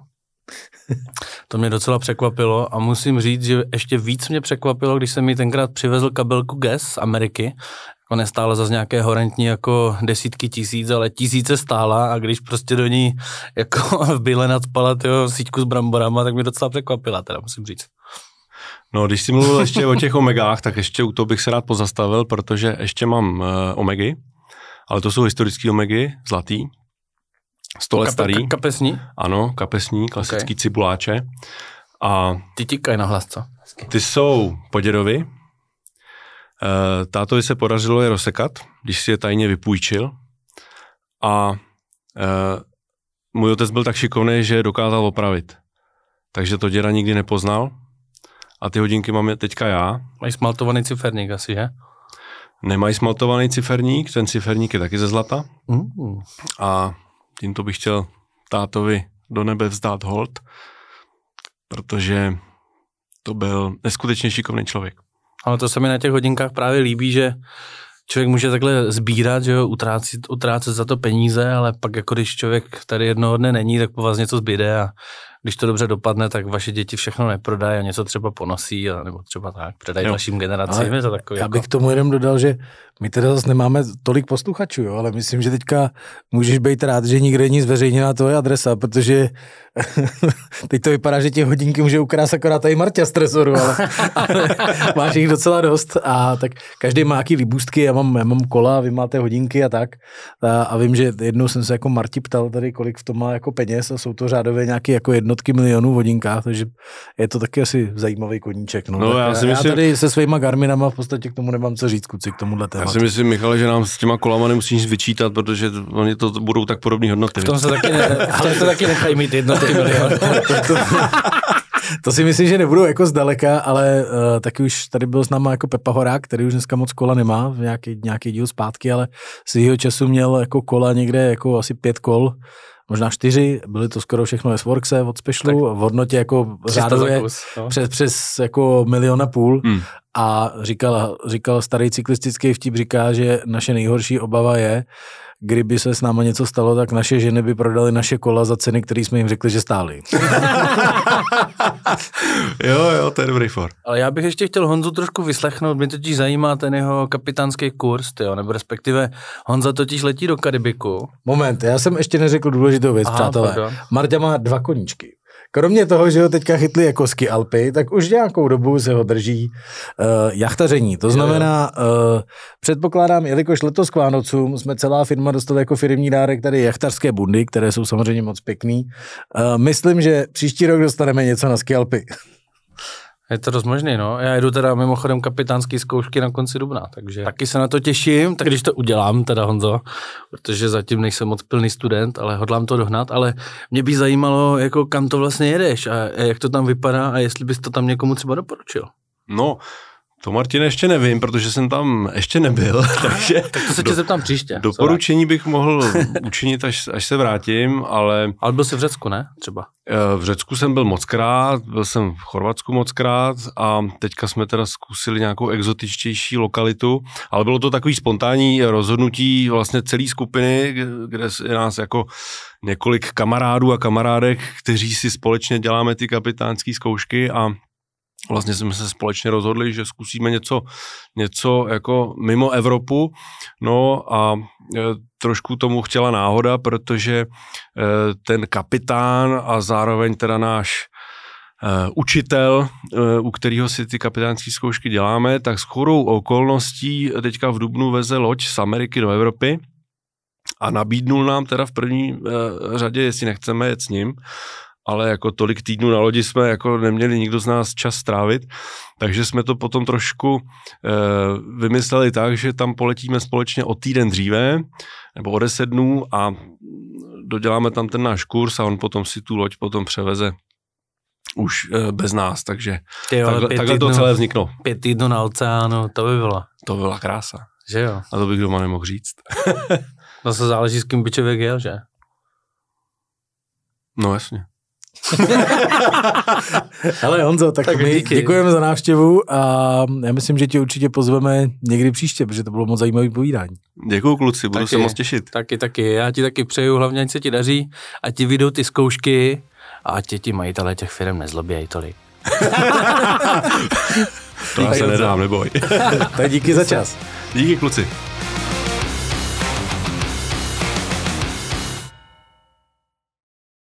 To mě docela překvapilo a musím říct, že ještě víc mě překvapilo, když jsem mi tenkrát přivezl kabelku GES z Ameriky. Jako nestála zase nějaké horentní jako desítky tisíc, ale tisíce stála a když prostě do ní jako v byle nadspala síťku s bramborama, tak mě docela překvapila, teda musím říct. No, když jsi mluvil ještě o těch Omegách, tak ještě u toho bych se rád pozastavil, protože ještě mám Omegy, ale to jsou historické Omegy, zlatý, 100 let starý. Kapesní? Ano, kapesní, klasický cibuláče. A ty tikají na hlas, co? Ty jsou po dědovi. Tátovi se podařilo je rozsekat, když si je tajně vypůjčil. A můj otec byl tak šikovný, že je dokázal opravit. Takže to děda nikdy nepoznal. A ty hodinky mám teďka já. Mají smaltovaný ciferník asi, že? Nemají smaltovaný ciferník, ten ciferník je taky ze zlata. A tímto bych chtěl tátovi do nebe vzdát hold, protože to byl neskutečně šikovný člověk. Ale to se mi na těch hodinkách právě líbí, že člověk může takhle sbírat, že jo, utrácet za to peníze, ale pak jako když člověk tady jednoho dne není, tak po vás něco zbyde a když to dobře dopadne, tak vaše děti všechno neprodají a něco třeba ponosí, nebo třeba tak, předají dalším generacím. Je to takový, já bych k tomu jenom dodal, že my teda zase nemáme tolik posluchačů, jo, ale myslím, že teďka můžeš být rád, že nikde není zveřejněná tvoje adresa, protože teď to vypadá, že těch hodinky může ukrást akorát tady Marťa z Trezoru, ale máš jich docela dost a tak každý má nějaký líbůstky, já mám kola, vy máte hodinky a tak a vím, že jednou jsem se jako Marti ptal tady, kolik v tom má jako peněz a jsou to řádově nějaké jako jednotky milionů v hodinkách, takže je to taky asi zajímavý koníček. No já tady se svýma Garminama v podstatě k tomu nemám co říct, kuci, k tomuhle tématu. Já si myslím, Michale, že nám s těma kolama nemusíš vyčítat, protože oni to budou tak podobné hodnoty. V tom se taky nechají mít jednotky milionů. To si myslím, že nebudou jako zdaleka, ale taky už tady byl s náma jako Pepa Horák, který už dneska moc kola nemá, nějaký díl zpátky, ale svýho času měl jako kola někde jako asi 5 kol, možná 4, byly to skoro všechno S-Workse od Specialu, v hodnotě jako řádově přes jako 1,5 milionu a říkal starý cyklistický vtip, říká, že naše nejhorší obava je, kdyby se s náma něco stalo, tak naše ženy by prodaly naše kola za ceny, které jsme jim řekli, že stály. jo, to je dobrý for. Ale já bych ještě chtěl Honzu trošku vyslechnout, mě totiž zajímá ten jeho kapitánský kurz, nebo respektive Honza totiž letí do Karibiku. Moment, já jsem ještě neřekl důležitou věc, přátelé. Marta má 2 koníčky. Kromě toho, že ho teďka chytli jako ski Alpy, tak už nějakou dobu se ho drží jachtaření. To znamená, předpokládám, jelikož letos k Vánocům jsme celá firma dostali jako firmní dárek tady jachtařské bundy, které jsou samozřejmě moc pěkný. Myslím, že příští rok dostaneme něco na ski Alpy. Je to dost možný, no. Já jedu teda mimochodem kapitánský zkoušky na konci dubna, takže taky se na to těším, tak když to udělám teda, Honzo, protože zatím nejsem moc pilný student, ale hodlám to dohnat, ale mě by zajímalo, jako kam to vlastně jedeš a jak to tam vypadá a jestli bys to tam někomu třeba doporučil. No, to, Martine, ještě nevím, protože jsem tam ještě nebyl, takže... Tak to se tě zeptám příště. Doporučení bych mohl učinit, až se vrátím, ale... Ale byl jsi v Řecku, ne? Třeba. V Řecku jsem byl mockrát, byl jsem v Chorvatsku mockrát a teďka jsme teda zkusili nějakou exotičtější lokalitu, ale bylo to takový spontánní rozhodnutí vlastně celé skupiny, kde je nás jako několik kamarádů a kamarádek, kteří si společně děláme ty kapitánské zkoušky a vlastně jsme se společně rozhodli, že zkusíme něco jako mimo Evropu, no a trošku tomu chtěla náhoda, protože ten kapitán a zároveň teda náš učitel, u kterého si ty kapitánské zkoušky děláme, tak shodou okolností teďka v dubnu veze loď z Ameriky do Evropy a nabídnul nám teda v první řadě, jestli nechceme jet s ním, ale jako tolik týdnů na lodi jsme jako neměli nikdo z nás čas strávit, takže jsme to potom trošku vymysleli tak, že tam poletíme společně o týden dříve, nebo o 10 dnů a doděláme tam ten náš kurz a on potom si tu loď potom převeze už bez nás, takže takhle to celé vzniklo. 5 týdnů na oceánu, to by bylo. To byla krása. Že jo? A to bych doma nemohl říct. Zase záleží, s kým by člověk jel, že? No jasně. Hele Honzo, tak my děkujeme za návštěvu a já myslím, že tě určitě pozveme někdy příště, protože to bylo moc zajímavý povídání. Děkuju kluci, budu se moc těšit. Taky. Já ti taky přeju, hlavně ať se ti daří, ať ti vyjdou ty zkoušky a ať ti majitelé těch firm nezlobějí tolik. To já se nedám, neboj. Tak díky za čas. Díky kluci.